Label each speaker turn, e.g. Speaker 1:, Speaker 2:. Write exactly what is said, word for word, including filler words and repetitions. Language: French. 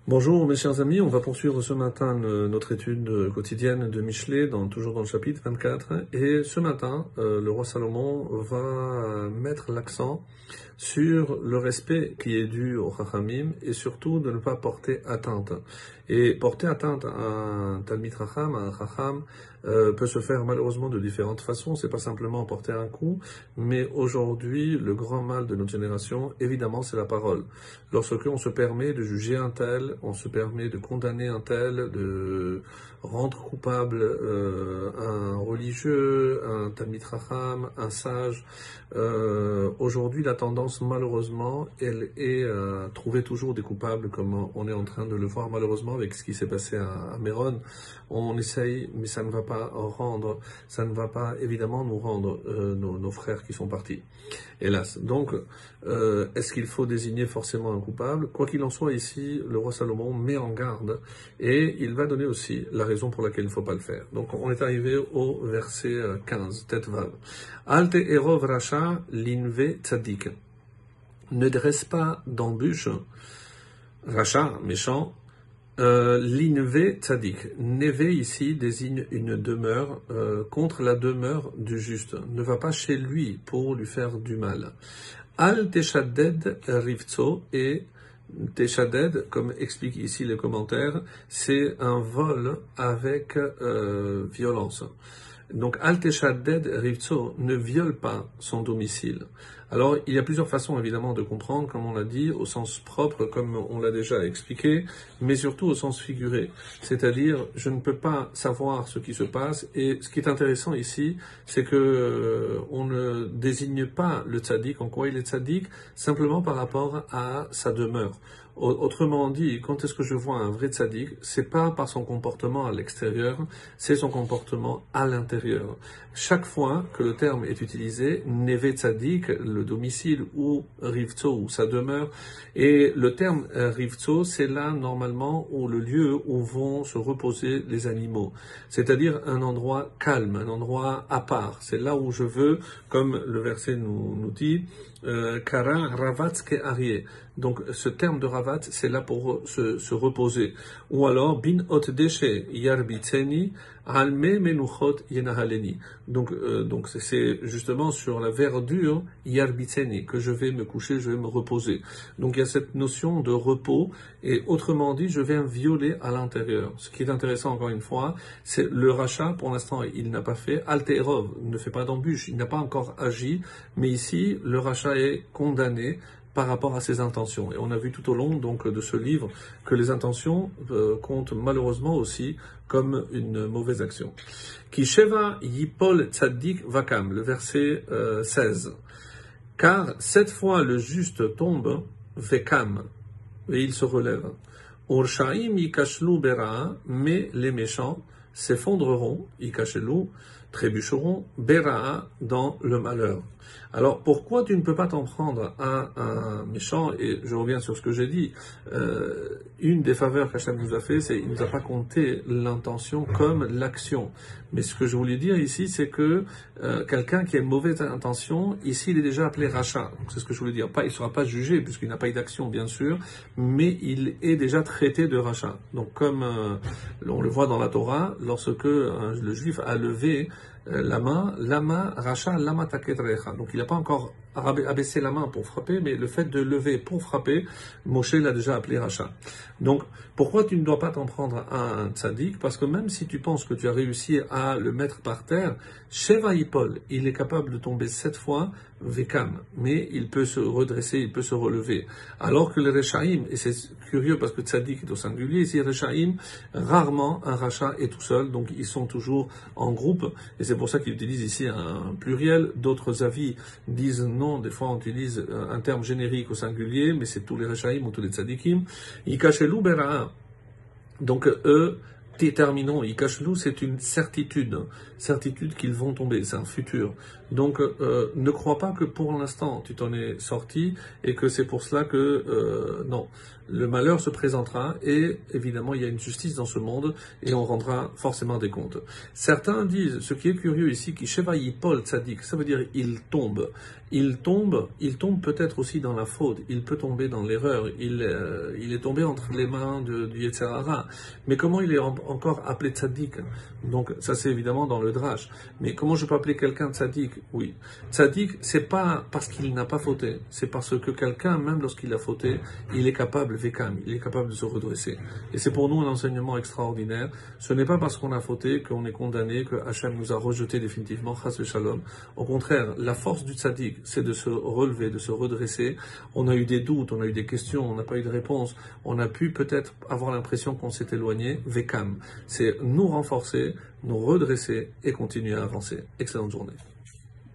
Speaker 1: Bonjour mes chers amis, on va poursuivre ce matin le- notre étude quotidienne de Michelet, dans, toujours dans le chapitre vingt-quatre. Et ce matin, euh, le roi Salomon va mettre l'accent sur le respect qui est dû au Chachamim et surtout de ne pas porter atteinte. Et porter atteinte à un Talmid Chacham, à un Chacham, euh, peut se faire malheureusement de différentes façons. C'est pas simplement porter un coup, mais aujourd'hui, le grand mal de notre génération, évidemment, c'est la parole. Lorsque on se permet de juger un tel, on se permet de condamner un tel, de rendre coupable euh, un religieux, un Talmid Chacham, un sage. Euh, aujourd'hui, la tendance, malheureusement, elle est à trouver toujours des coupables, comme on est en train de le voir malheureusement avec ce qui s'est passé à, à Méron. On essaye, mais ça ne va pas rendre, ça ne va pas évidemment nous rendre euh, nos, nos frères qui sont partis. Hélas. Donc, euh, est-ce qu'il faut désigner forcément un coupable? Quoi qu'il en soit, ici, le roi Salomon met en garde et il va donner aussi la raison pour laquelle il ne faut pas le faire. Donc, on est arrivé au verset quinze, tête vav. Alte erov racha linve tzadik. Ne dresse pas d'embûche, racha, méchant, euh, l'inve tzadik. Neve ici désigne une demeure euh, contre la demeure du juste. Ne va pas chez lui pour lui faire du mal. Al teshadded rivtso, et teshadded, comme explique ici le commentaire, c'est un vol avec euh, violence. Donc, al teshadded rivtso, ne viole pas son domicile. Alors, il y a plusieurs façons, évidemment, de comprendre, comme on l'a dit, au sens propre, comme on l'a déjà expliqué, mais surtout au sens figuré. C'est-à-dire, je ne peux pas savoir ce qui se passe, et ce qui est intéressant ici, c'est que euh, on ne désigne pas le tzaddik, en quoi il est tzaddik, simplement par rapport à sa demeure. Autrement dit, quand est-ce que je vois un vrai tzaddik, c'est pas par son comportement à l'extérieur, c'est son comportement à l'intérieur. Chaque fois que le terme est utilisé, neve tzaddik, le domicile, ou rivtso, ou sa demeure, et le terme euh, rivtso, c'est là normalement où le lieu où vont se reposer les animaux, c'est-à-dire un endroit calme, un endroit à part. C'est là où je veux, comme le verset nous, nous dit, euh, kara ravatz ke arie. Donc ce terme de ravat, c'est là pour se, se reposer. Ou alors bin ot deshe yarbitseni alme menuchot yenahaleni. Donc euh, donc c'est justement sur la verdure yarbitseni que je vais me coucher, je vais me reposer. Donc il y a cette notion de repos, et autrement dit, je viens violer à l'intérieur. Ce qui est intéressant encore une fois, c'est le rachat. Pour l'instant, il n'a pas fait alterov, ne fait pas d'embûche, il n'a pas encore agi, mais ici le rachat est condamné par rapport à ses intentions. Et on a vu tout au long donc de ce livre que les intentions euh, comptent malheureusement aussi comme une mauvaise action. Ki sheva yipol tzaddik vakam, le verset euh, seize. Car cette fois le juste tombe, vekam, et il se relève. Urshaim yikashlu bera, mais les méchants s'effondreront, yikashelu, trébucheront, bera, dans le malheur. Alors, pourquoi tu ne peux pas t'en prendre à un méchant? Et je reviens sur ce que j'ai dit. Euh, une des faveurs qu'Hachem nous a fait, c'est qu'il ne nous a pas compté l'intention comme l'action. Mais ce que je voulais dire ici, c'est que euh, quelqu'un qui a une mauvaise intention, ici, il est déjà appelé rachat. Donc, c'est ce que je voulais dire. Pas, il ne sera pas jugé, puisqu'il n'a pas eu d'action, bien sûr, mais il est déjà traité de rachat. Donc, comme euh, on le voit dans la Torah, lorsque euh, le juif a levé la main, lama racha, lama taketrecha. Donc il n'a pas encore abaissé la main pour frapper, mais le fait de lever pour frapper, Moshe l'a déjà appelé racha. Donc pourquoi tu ne dois pas t'en prendre à un tzaddik? Parce que même si tu penses que tu as réussi à le mettre par terre, Sheva Yipol, il est capable de tomber sept fois, Vekam, mais il peut se redresser, il peut se relever. Alors que les Rechaim, et c'est curieux parce que tzaddik est au singulier, ici Rechaim, rarement un rachat est tout seul, donc ils sont toujours en groupe, et c'est pour ça qu'il utilise ici un pluriel. D'autres avis disent non, des fois on utilise un terme générique au singulier, mais c'est tous les Rechaim ou tous les tzaddikim. Yikashelu bera'a. Donc eux, terminons, Yikashlu, c'est une certitude, certitude qu'ils vont tomber, c'est un futur. Donc euh, ne crois pas que pour l'instant tu t'en es sorti et que c'est pour cela que, euh, non, le malheur se présentera et évidemment il y a une justice dans ce monde et on rendra forcément des comptes. Certains disent, ce qui est curieux ici, qui Shevayi Paul Tzadik, ça veut dire il tombe. Il tombe, il tombe peut-être aussi dans la faute, il peut tomber dans l'erreur, il, euh, il est tombé entre les mains de, du Yetzer Hara. Mais comment il est en, encore appelé Tzadik? Donc ça c'est évidemment dans le Drash. Mais comment je peux appeler quelqu'un Tzadik? Oui. Tzadik, c'est pas parce qu'il n'a pas fauté, c'est parce que quelqu'un, même lorsqu'il a fauté, il est capable, Vekam, il est capable de se redresser. Et c'est pour nous un enseignement extraordinaire. Ce n'est pas parce qu'on a fauté qu'on est condamné, que Hachem nous a rejeté définitivement, Chas Shalom. Au contraire, la force du Tzadik, c'est de se relever, de se redresser. On a eu des doutes, on a eu des questions, on n'a pas eu de réponse. On a pu peut-être avoir l'impression qu'on s'est éloigné. Vekam, c'est nous renforcer, nous redresser et continuer à avancer. Excellente journée.